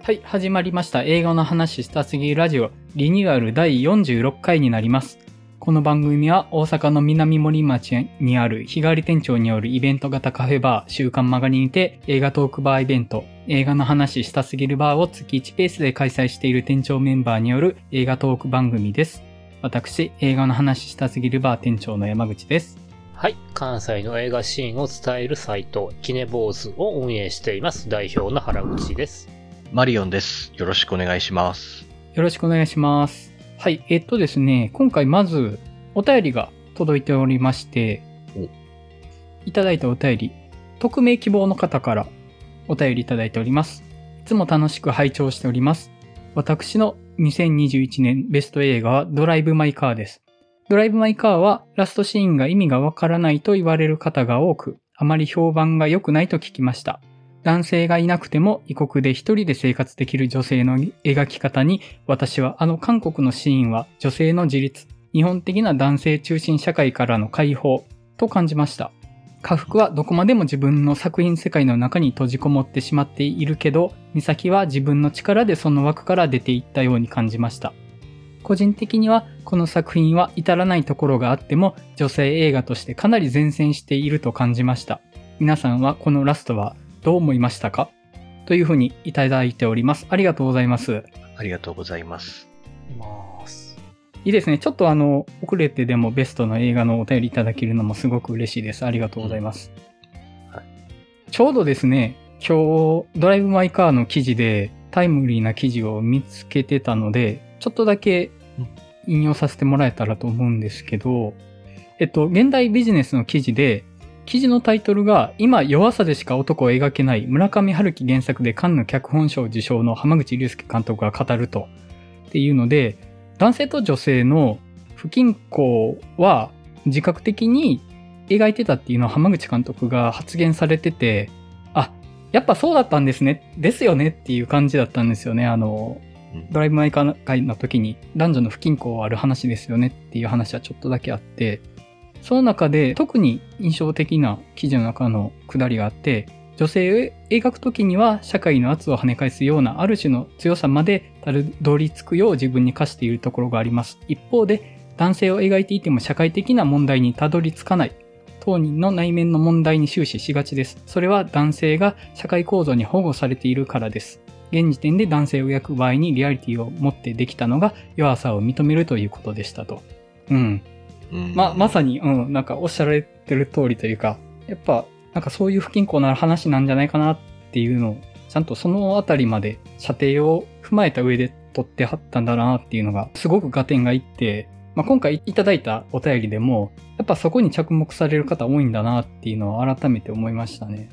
はい、始まりました。映画の話したすぎるラジオリニューアル第46回になります。この番組は大阪の南森町にある日替わり店長によるイベント型カフェバー週刊曲がりにて映画トークバーイベント映画の話したすぎるバーを月1ペースで開催している店長メンバーによる映画トーク番組です。私、映画の話したすぎるバー店長の山口です。 はい。関西の映画シーンを伝えるサイト、キネボーズを運営しています。代表の原口です。 マリオンです。よろしくお願いします。 よろしくお願いします。はい。ですね、今回まずお便りが届いておりまして、いただいたお便り、匿名希望の方からお便りいただいております。いつも楽しく拝聴しております。私の2021年ベスト映画はドライブ・マイ・カーです。ドライブ・マイ・カーはラストシーンが意味がわからないと言われる方が多く、あまり評判が良くないと聞きました。男性がいなくても異国で一人で生活できる女性の描き方に、私は韓国のシーンは女性の自立、日本的な男性中心社会からの解放と感じました。家福はどこまでも自分の作品世界の中に閉じこもってしまっているけど、美咲は自分の力でその枠から出ていったように感じました。個人的にはこの作品は至らないところがあっても女性映画としてかなり前線していると感じました。皆さんはこのラストはどう思いましたか？というふうにいただいております。ありがとうございます。 ありがとうございます。 いいですね。ちょっと遅れてでもベストの映画のお便りいただけるのもすごく嬉しいです。ありがとうございます。 はい、 ちょうどですね、今日ドライブ・マイ・カーの記事でタイムリーな記事を見つけてたので、ちょっとだけ引用させてもらえたらと思うんですけど、現代ビジネスの記事で、記事のタイトルが今弱さでしか男を描けない村上春樹原作でカンヌ脚本賞受賞の濱口竜介監督が語るとっていうので、男性と女性の不均衡は自覚的に描いてたっていうのを濱口監督が発言されてて、あ、やっぱそうだったんですね、ですよねっていう感じだったんですよね。ドライブ・マイ・カーの時に男女の不均衡ある話ですよねっていう話はちょっとだけあって、その中で特に印象的な記事の中のくだりがあって、女性を描くときには社会の圧を跳ね返すようなある種の強さまでたどり着くよう自分に課しているところがあります。一方で男性を描いていても社会的な問題にたどり着かない当人の内面の問題に終始しがちです。それは男性が社会構造に保護されているからです。現時点で男性を描く場合にリアリティを持ってできたのが弱さを認めるということでしたと。まさに、なんかおっしゃられてる通りというか、やっぱ、なんかそういう不均衡な話なんじゃないかなっていうのを、ちゃんとそのあたりまで射程を踏まえた上で取ってはったんだなっていうのが、すごく合点がいって、今回いただいたお便りでも、やっぱそこに着目される方多いんだなっていうのを改めて思いましたね。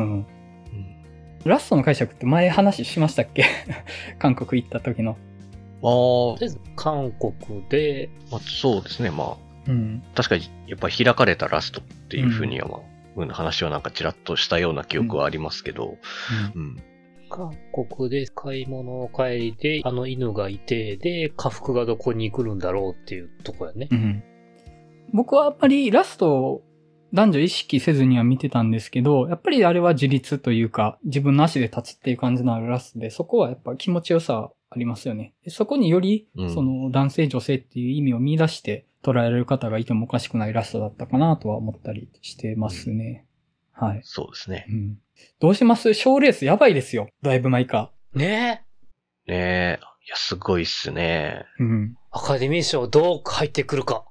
ラストの解釈って前話しましたっけ？韓国行った時の。 韓国で、 そうですね、確かにやっぱり開かれたラストっていうふうには、話はなんかちらっとしたような記憶はありますけど、 韓国で買い物を帰りで、犬がいて、で、家福がどこに来るんだろうっていうとこやね。 僕はあんまりラストを男女意識せずには見てたんですけど、やっぱりあれは自立というか、自分の足で立つっていう感じのあるラストで、そこはやっぱ気持ちよさありますよね。そこにより、その男性女性っていう意味を見出して捉えられる方がいてもおかしくないラストだったかなとは思ったりしてますね。はい。 そうですね。 どうします？賞レースやばいですよ。ドライブ・マイ・カー。ねえ。いや、すごいっすね。 アカデミー賞どう入ってくるか。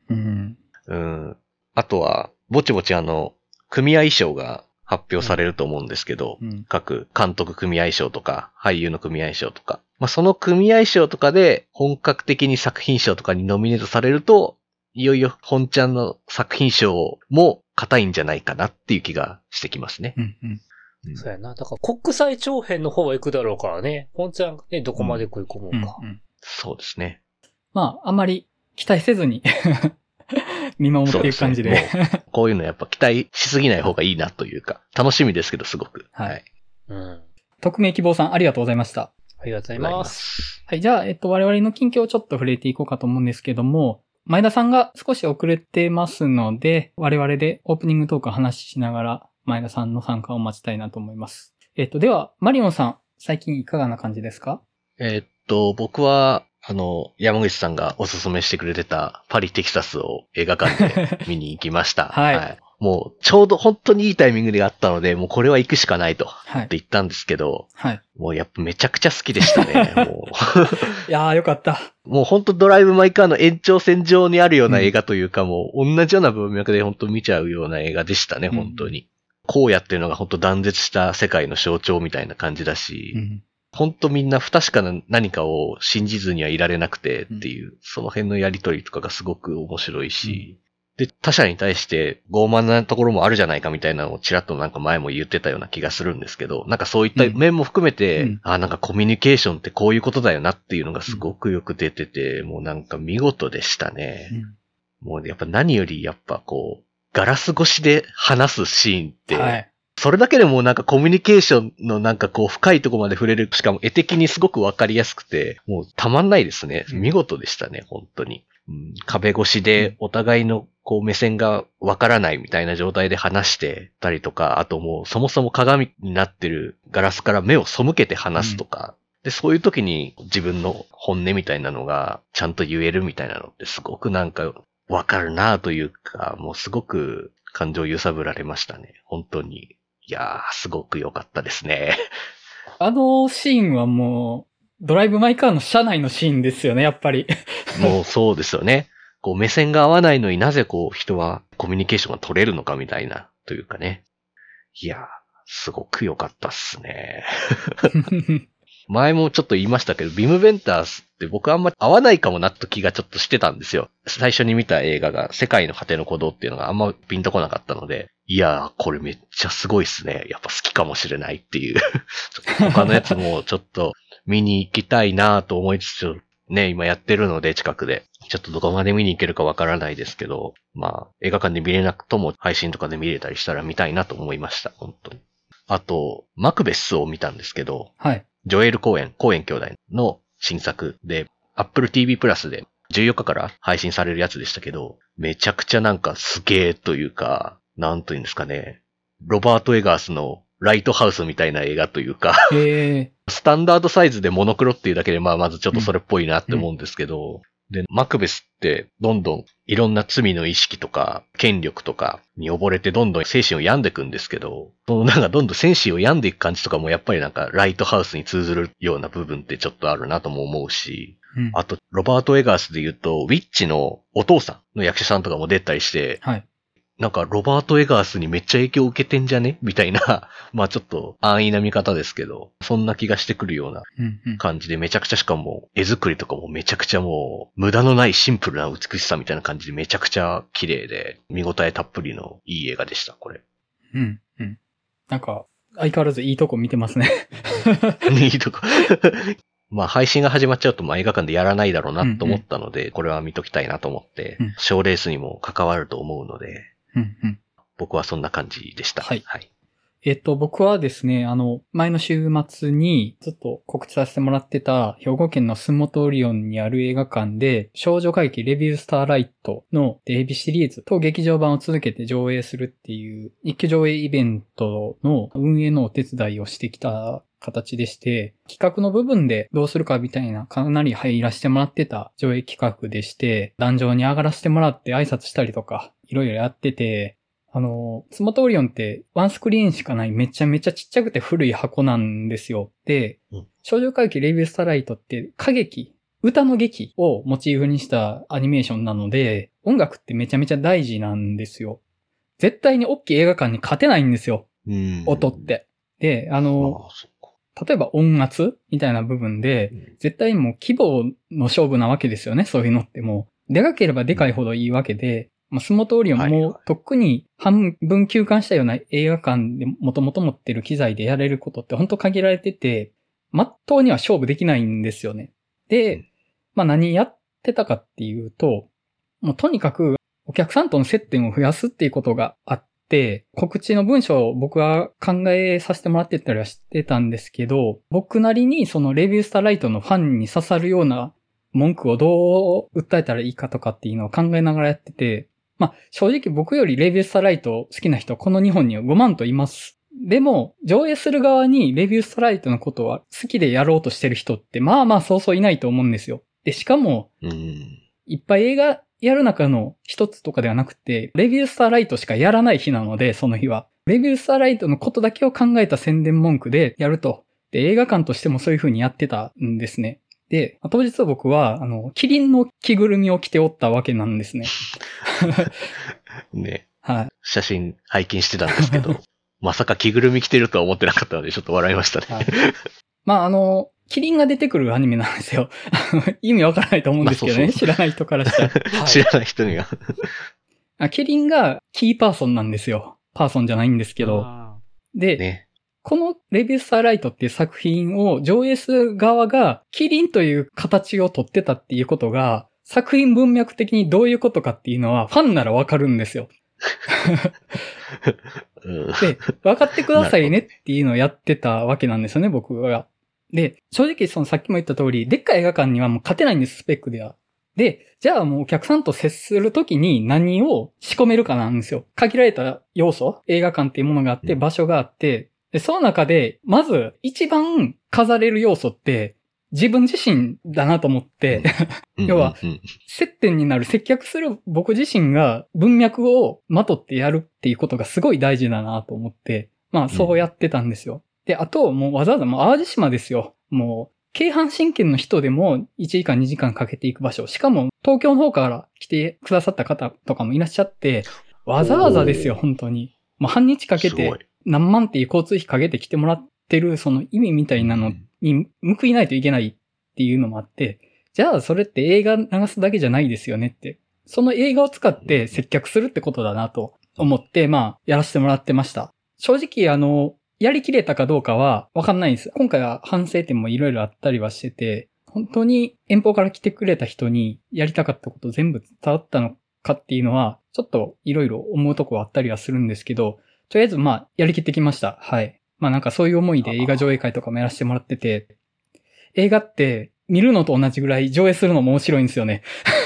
あとは、ぼちぼち組合賞が発表されると思うんですけど、各監督組合賞とか、俳優の組合賞とか、その組合賞とかで本格的に作品賞とかにノミネートされると、いよいよ本ちゃんの作品賞も硬いんじゃないかなっていう気がしてきますね。 そうやな。だから国際長編の方は行くだろうからね。本ちゃんがね、どこまで食い込むか。 そうですね。 あんまり期待せずに見守っていく感じで。 こういうのやっぱ期待しすぎない方がいいなというか、楽しみですけどすごく。はい。 匿名希望さんありがとうございました。 ありがとうございます。 はい、じゃあ、我々の近況をちょっと触れていこうかと思うんですけども、前田さんが少し遅れてますので、我々でオープニングトークを話しながら、前田さんの参加を待ちたいなと思います。では、マリオンさん、 最近いかがな感じですか？ 僕は、山口さんがおすすめしてくれてたパリ・テキサスを映画館で見に行きました。 はい。 もう、ちょうど本当にいいタイミングであったので、もうこれは行くしかないと、って言ったんですけど、 はい。 もうやっぱめちゃくちゃ好きでしたね、もう。いやーよかった。 もう本当ドライブ・マイ・カーの延長線上にあるような映画というか、もう同じような文脈で本当見ちゃうような映画でしたね、本当に。荒野っていうのが本当断絶した世界の象徴みたいな感じだし、本当みんな不確かな何かを信じずにはいられなくてっていう、その辺のやりとりとかがすごく面白いし、で、他者に対して傲慢なところもあるじゃないかみたいなのをちらっとなんか前も言ってたような気がするんですけど、なんかそういった面も含めて、なんかコミュニケーションってこういうことだよなっていうのがすごくよく出てて、もうなんか見事でしたね。もうやっぱ何よりやっぱこう、ガラス越しで話すシーンって、それだけでもなんかコミュニケーションのなんかこう深いところまで触れる、しかも絵的にすごくわかりやすくて、もうたまんないですね。見事でしたね、本当に。壁越しでお互いのこう目線がわからないみたいな状態で話してたりとか、あともうそもそも鏡になってるガラスから目を背けて話すとか、で、そういう時に自分の本音みたいなのがちゃんと言えるみたいなのってすごくなんかわかるなというか、もうすごく感情揺さぶられましたね。本当に。いやー、すごく良かったですね。 あのシーンはもう、ドライブ・マイ・カーの車内のシーンですよね、やっぱり。 もうそうですよね。こう目線が合わないのになぜこう人はコミュニケーションが取れるのかみたいな、というかね。いやー、すごく良かったっすね。前もちょっと言いましたけど、ビム・ベンタースって僕あんま合わないかもなって気がちょっとしてたんですよ。最初に見た映画が世界の果ての鼓動っていうのがあんまピンとこなかったので、いやー、これめっちゃすごいっすね。やっぱ好きかもしれないっていう。他のやつもちょっと見に行きたいなと思いつつ、ね、今やってるので近くで。ちょっとどこまで見に行けるかわからないですけど、まあ、映画館で見れなくとも配信とかで見れたりしたら見たいなと思いました。本当に。あと、マクベスを見たんですけど、 はい。 ジョエル・コーエン兄弟の新作で、Apple TV プラスで14日から配信されるやつでしたけど、めちゃくちゃなんかすげーというか、なんというんですかね、ロバート・エガースのライトハウスみたいな映画というか、スタンダードサイズでモノクロっていうだけでまずちょっとそれっぽいなって思うんですけど、で、マクベスってどんどんいろんな罪の意識とか権力とかに溺れてどんどん精神を病んでいくんですけど、そのなんかどんどん精神を病んでいく感じとかもやっぱりなんかライトハウスに通ずるような部分ってちょっとあるなとも思うし、あとロバート・エガースで言うとウィッチのお父さんの役者さんとかも出たりして、なんかロバート・エガースにめっちゃ影響を受けてんじゃねみたいな、まあちょっと安易な見方ですけど、そんな気がしてくるような感じで、めちゃくちゃしかも絵作りとかもめちゃくちゃもう無駄のないシンプルな美しさみたいな感じでめちゃくちゃ綺麗で見応えたっぷりのいい映画でした、これ。 なんか相変わらずいいとこ見てますね。 いいとこ。まあ配信が始まっちゃうと映画館でやらないだろうなと思ったので、これは見ときたいなと思って、賞レースにも関わると思うので、僕はそんな感じでした。はい。 僕はですね、前の週末にずっと告知させてもらってた兵庫県の洲本オリオンにある映画館で少女怪奇レビュースターライトのテレビシリーズと劇場版を続けて上映するっていう一挙上映イベントの運営のお手伝いをしてきた形でして、企画の部分でどうするかみたいなかなり入らせてもらってた上映企画でして、壇上に上がらせてもらって挨拶したりとかいろいろやってて、洲本オリオンってワンスクリーンしかないめちゃめちゃちっちゃくて古い箱なんですよ。で、少女怪奇レビュースターライトって歌劇、歌の劇をモチーフにしたアニメーションなので、音楽ってめちゃめちゃ大事なんですよ。絶対に大きい映画館に勝てないんですよ。音って。で、例えば音圧みたいな部分で、絶対もう規模の勝負なわけですよね、そういうのってもう。でかければでかいほどいいわけで、洲本オリオンもとっくに半分休館したような映画館でもともと持ってる機材でやれることって本当限られてて、まっとうには勝負できないんですよね。で、何やってたかっていうと、もうとにかくお客さんとの接点を増やすっていうことがあって、告知の文章を僕は考えさせてもらってたりはしてたんですけど、僕なりにそのレビュースターライトのファンに刺さるような文句をどう訴えたらいいかとかっていうのを考えながらやってて、正直僕よりレビュースターライト好きな人はこの日本には5万といますでも、上映する側にレビューストライトのことは好きでやろうとしてる人ってまあまあそうそういないと思うんですよ。で、しかも、いっぱい映画やる中の一つとかではなくて、レビュースターライトしかやらない日なので、その日は。レビュースターライトのことだけを考えた宣伝文句でやると。で、映画館としてもそういう風にやってたんですね。で、当日僕は、キリンの着ぐるみを着ておったわけなんですね。 ね。 はい。 写真拝見してたんですけど、まさか着ぐるみ着てるとは思ってなかったので、ちょっと笑いましたね。 はい、まあ、キリンが出てくるアニメなんですよ。意味わからないと思うんですけどね。知らない人からしたら。 知らない人には。 キリンがキーパーソンなんですよ。パーソンじゃないんですけど。で、 ね、 このレビュースターライトっていう作品を上映する側がキリンという形をとってたっていうことが、作品文脈的にどういうことかっていうのはファンならわかるんですよ。で、分かってくださいねっていうのをやってたわけなんですよね、僕が。で、正直さっきも言った通り、でっかい映画館にはもう勝てないんです、スペックでは。で、じゃあもうお客さんと接するときに何を仕込めるかなんですよ。限られた要素、映画館っていうものがあって、場所があって、で、その中で、まず一番飾れる要素って、自分自身だなと思って、要は、接点になる、接客する僕自身が文脈をまとってやるっていうことがすごい大事だなと思って、まあそうやってたんですよ。で、あと、もうわざわざもう淡路島ですよ。もう、京阪神圏の人でも1時間2時間かけていく場所。しかも、東京の方から来てくださった方とかもいらっしゃって、わざわざですよ、本当に。もう半日かけて、何万っていう交通費かけて来てもらってる、その意味みたいなのに報いないといけないっていうのもあって、じゃあそれって映画流すだけじゃないですよねって。その映画を使って接客するってことだなと思って、まあ、やらせてもらってました。正直やりきれたかどうかはわかんないんです。今回は反省点もいろいろあったりはしてて、本当に遠方から来てくれた人にやりたかったこと全部伝わったのかっていうのは、ちょっといろいろ思うとこはあったりはするんですけど、とりあえずまあ、やりきってきました。はい。まあなんかそういう思いで映画上映会とかもやらせてもらってて、映画って見るのと同じぐらい上映するのも面白いんですよね。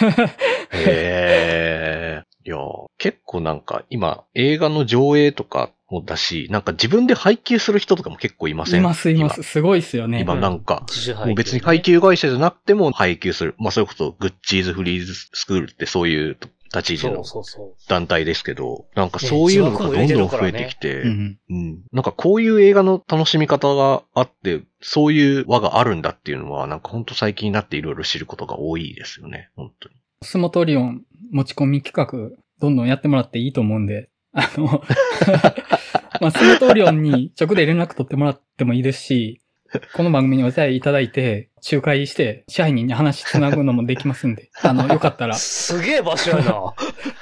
いや、結構なんか今映画の上映とかもだし、なんか自分で配給する人とかも結構いません？ います。すごいっすよね。 今なんか、もう別に配給会社じゃなくても配給する。まあそれこそグッチーズフリーズスクールってそういう立ち位置の団体ですけど、なんかそういうのがどんどん増えてきて、なんかこういう映画の楽しみ方があって、そういう輪があるんだっていうのは、なんか本当最近になっていろいろ知ることが多いですよね、本当に。 スモトリオン持ち込み企画、どんどんやってもらっていいと思うんで、まあ、スモトリオンに直で連絡取ってもらってもいいですし、この番組にお便りいただいて、仲介して、支配人に話つなぐのもできますんで、よかったら。 すげえ場所やな。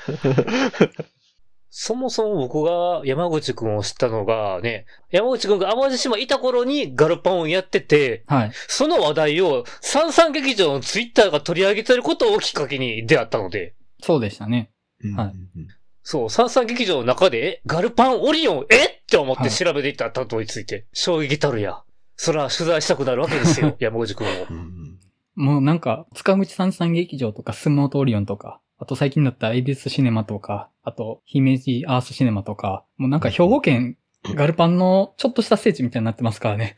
そもそも僕が山口くんを知ったのがね、山口くんが淡路島いた頃にガルパンをやってて、 はい、 その話題を三々劇場のツイッターが取り上げてることをきっかけに出会ったので。 そうでしたね。はい。 そう、三々劇場の中で、ガルパンオリオン、って思って調べていったことについて、衝撃たるや。そら取材したくなるわけですよ、山口くんを。 もうなんか、塚口三々劇場とかスモートオリオンとか、あと最近だったらエビスシネマとか、あと姫路アースシネマとか、もうなんか兵庫県ガルパンのちょっとした聖地みたいになってますからね。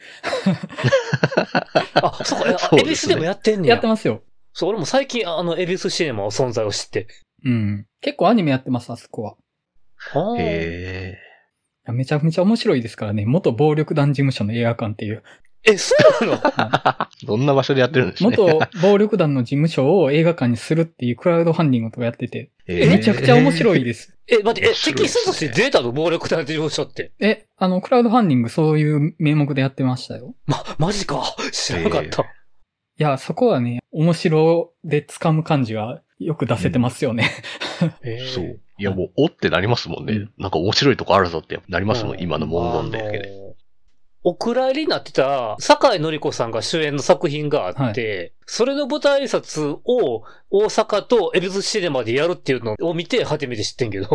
あ、そうか、エビスでもやってんねや。 やってますよ。 そう、俺も最近エビスシネマの存在を知って。 うん。結構アニメやってます、あそこは。 へー。めちゃめちゃ面白いですからね。元暴力団事務所の映画館っていう。 そうなの、 どんな場所でやってるんですか？ 元暴力団の事務所を映画館にするっていうクラウドファンディングとかやってて。めちゃくちゃ面白いです。 待って、テキストとしてデータの暴力団事務所って。 クラウドファンディングそういう名目でやってましたよ。 マジか。知らなかった。 いや、そこはね、面白で掴む感じはよく出せてますよね。 そう。いやもう、おってなりますもんね。なんか面白いとこあるぞってなりますもん、今の文言で。 お蔵入りになってた、坂井紀子さんが主演の作品があって、それの舞台挨拶を大阪と恵比寿シネマでやるっていうのを見て初めて知ってんけど。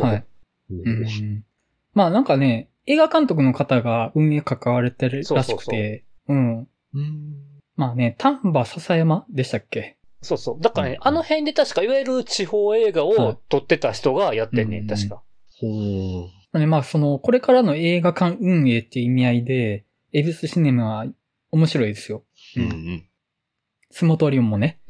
まあなんかね、映画監督の方が運営関われてるらしくて、まあね、丹波篠山でしたっけ？ そうそう。だからね、あの辺で確かいわゆる地方映画を撮ってた人がやってんね、確か。 まあこれからの映画館運営っていう意味合いで、恵比寿シネマは面白いですよ。 うんうん。 スモトリオンもね。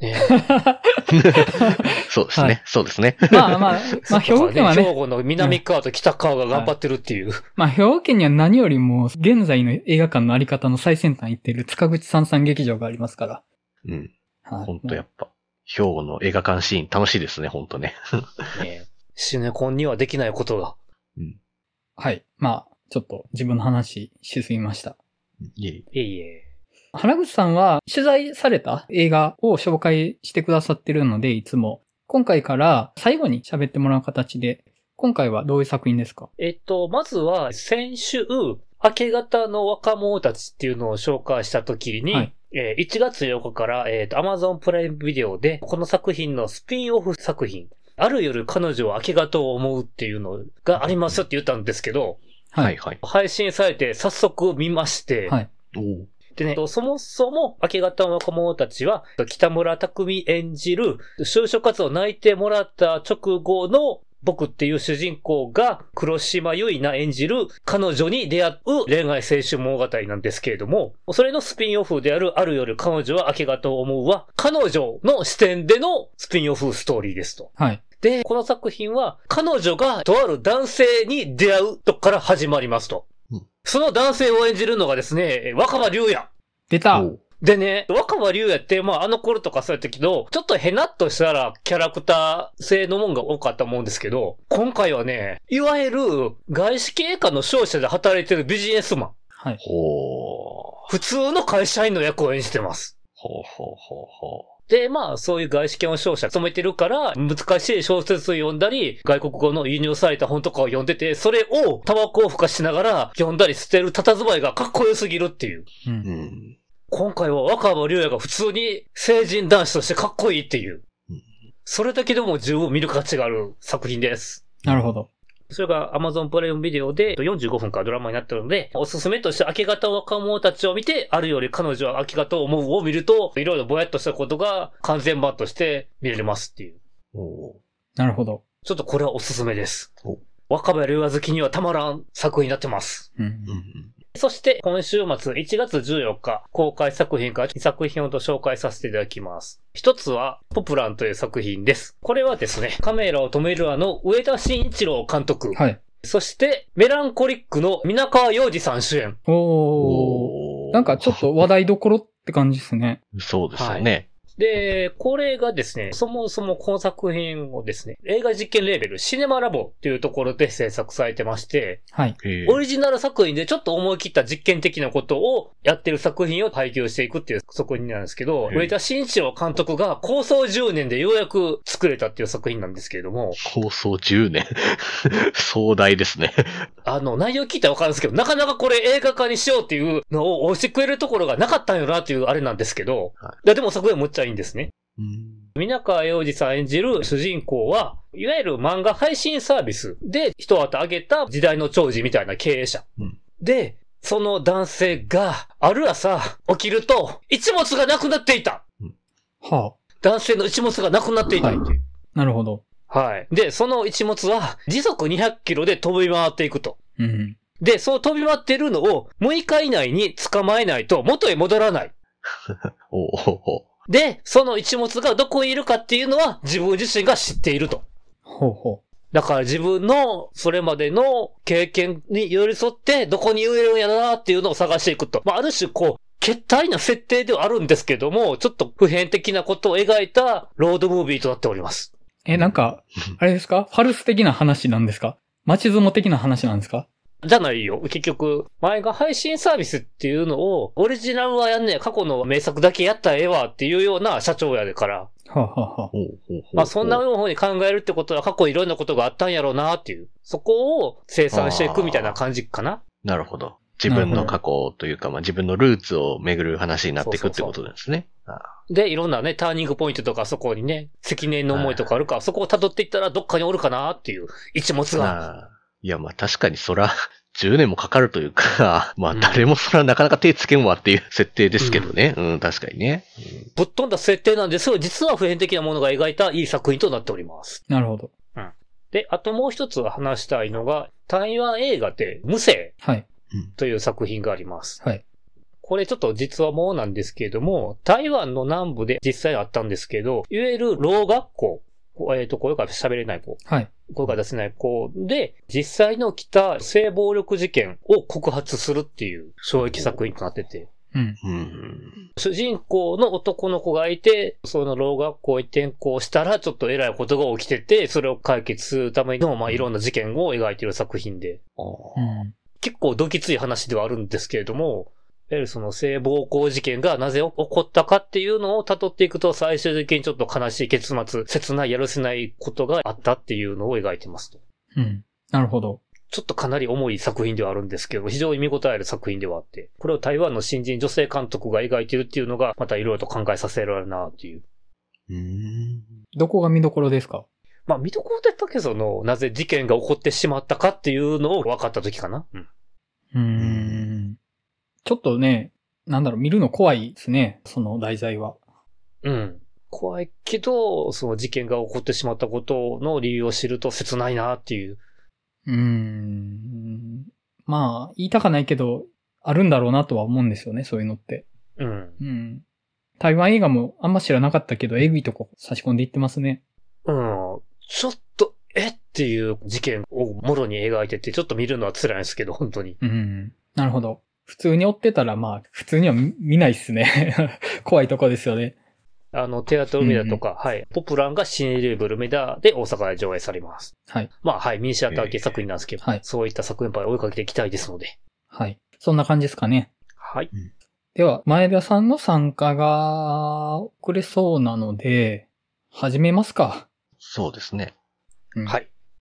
そうですね、はい。そうですね。 まあ、兵庫県はね。 兵庫の南側と北側が頑張ってるっていう。はい、 まあ、兵庫県には何よりも、現在の映画館のあり方の最先端行っている塚口三三劇場がありますから。 うん。はい。ほんとやっぱ、兵庫の映画館シーン楽しいですね、ほんとね。 ねシネコンにはできないことが。 うん。はい。まあ、ちょっと自分の話しすぎました。 いえいえ。 原口さんは取材された映画を紹介してくださってるので、いつも。今回から最後に喋ってもらう形で、今回はどういう作品ですか？ まずは先週、明け方の若者たちっていうのを紹介したときに、はい、1月8日から、Amazon プライムビデオで、この作品のスピンオフ作品、ある夜彼女は明け方を思うっていうのがありますよって言ったんですけど、 はいはい。 配信されて早速見まして、はい。でね、そもそも明け方の若者たちは、北村匠海演じる、就職活動泣いてもらった直後の僕っていう主人公が黒島結菜演じる彼女に出会う恋愛青春物語なんですけれども、それのスピンオフであるある夜彼女は明け方を思うは、彼女の視点でのスピンオフストーリーですと。 はい。 で、この作品は彼女がとある男性に出会うとこから始まりますと。その男性を演じるのがですね、若葉龍也。 出た。 でね、若葉龍也って、まああの頃とかそうやったけど、ちょっとヘナッとしたらキャラクター性のもんが多かったもんですけど、今回はね、いわゆる外資系下の商社で働いてるビジネスマン。 はい。 普通の会社員の役を演じてます。で、まあ、そういう外資系の商社勤めてるから、難しい小説を読んだり、外国語の輸入された本とかを読んでて、それをタバコを吹かしながら読んだり捨てる佇まいがかっこよすぎるっていう。今回は若葉龍也が普通に成人男子としてかっこいいっていう。それだけでも十分見る価値がある作品です。 なるほど。 それが Amazon プライムビデオで45分からドラマになってるので、おすすめとして明け方若者たちを見て、あるより彼女は明け方を思うを見ると、いろいろぼやっとしたことが完全版として見れますっていう。 なるほど。 ちょっとこれはおすすめです。若葉龍也好きにはたまらん作品になってます。そして今週末1月14日公開作品から2作品をと紹介させていただきます。一つはポプランという作品です。これはですね、カメラを止めるの上田慎一郎監督。 はい。 そしてメランコリックの皆川洋二さん主演。 なんかちょっと話題どころって感じですね。 そうですよね。はいで、これがですね、そもそもこの作品をですね、映画実験レーベルシネマラボっていうところで制作されてまして、 はい。 オリジナル作品でちょっと思い切った実験的なことをやってる作品を配給していくっていう作品なんですけど、上田慎一郎監督が構想10年でようやく作れたっていう作品なんですけれども。 構想10年壮大ですね。 内容聞いたらわかるんですけど、なかなかこれ映画化にしようっていうのを押してくれるところがなかったんよなっていうあれなんですけど、はい、でも作品むっちゃいいんですね。皆川洋二さん演じる主人公は、いわゆる漫画配信サービスで一旗挙げた時代の寵児みたいな経営者。で、その男性がある朝起きると一物がなくなっていた。 はあ、 男性の一物がなくなっていたっていう。はい、 なるほど。 はい。で、その一物は時速200キロで飛び回っていくと。で、その飛び回ってるのを6日以内に捕まえないと元へ戻らない。で、その一物がどこにいるかっていうのは自分自身が知っていると。だから自分のそれまでの経験に寄り添ってどこにいるんやなっていうのを探していくと。まあ、ある種決体な設定ではあるんですけども、ちょっと普遍的なことを描いたロードムービーとなっております。 なんか、あれですか？ファルス的な話なんですか？街相撲的な話なんですか？ じゃないよ。結局、前が配信サービスっていうのを、オリジナルはやんねえ、過去の名作だけやったらええわっていうような社長やでから。まあそんな風に考えるってことは過去いろんなことがあったんやろうなっていう。そこを生産していくみたいな感じかな。 なるほど。自分の過去というか、まあ自分のルーツを巡る話になっていくってことですね。 で、いろんなね、ターニングポイントとかそこにね、積年の思いとかあるから、そこを辿っていったらどっかにおるかなっていう一物が。 いや、まあ確かにそら、10年もかかるというか、まあ誰もそらなかなか手つけんわっていう設定ですけどね。確かにね。 ぶっ飛んだ設定なんですが、実は普遍的なものが描いたいい作品となっております。 なるほど。 で、あともう一つ話したいのが、台湾映画で無声という作品があります。 はい。 これちょっと実話もなんですけれども、台湾の南部で実際あったんですけど、いわゆるろう学校、声が喋れない子、 はい。 声が出せない子で、実際の起きた性暴力事件を告発するっていう衝撃作品となってて、 うん。 主人公の男の子がいて、そのろう学校に転校したらちょっと偉いことが起きてて、それを解決するための、まあ、いろんな事件を描いている作品で、結構どぎつい話ではあるんですけれども、いわゆるその性暴行事件がなぜ起こったかっていうのを辿っていくと、最終的にちょっと悲しい結末、切ないやるせないことがあったっていうのを描いてますと。 うん。なるほど。 ちょっとかなり重い作品ではあるんですけど、非常に見応えある作品ではあって、これを台湾の新人女性監督が描いているっていうのが、またいろいろと考えさせられるなっていう。 どこが見どころですか？ まあ見どころだったけど、なぜ事件が起こってしまったかっていうのを分かった時かな。 ちょっとね、見るの怖いですね、その題材は。 うん。怖いけど、その事件が起こってしまったことの理由を知ると切ないなっていう。 まあ、言いたかないけど、あるんだろうなとは思うんですよね、そういうのって。台湾映画もあんま知らなかったけど、えぐいとこ差し込んでいってますね。 ちょっと、っていう事件をもろに描いてて、ちょっと見るのは辛いんですけど、本当に。 なるほど。普通に追ってたら、まあ、普通には見ないっすね。怖いとこですよね。 テアトルメダとか、はい。ポプランがシネレブルメダで大阪で上映されます。 はい。 まあ、はい。ミニシアター系作品なんですけど、そういった作品ば追いかけていきたいですので。 はい。そんな感じですかね。 はい。 では、前田さんの参加が遅れそうなので、始めますか。 そうですね。 はい。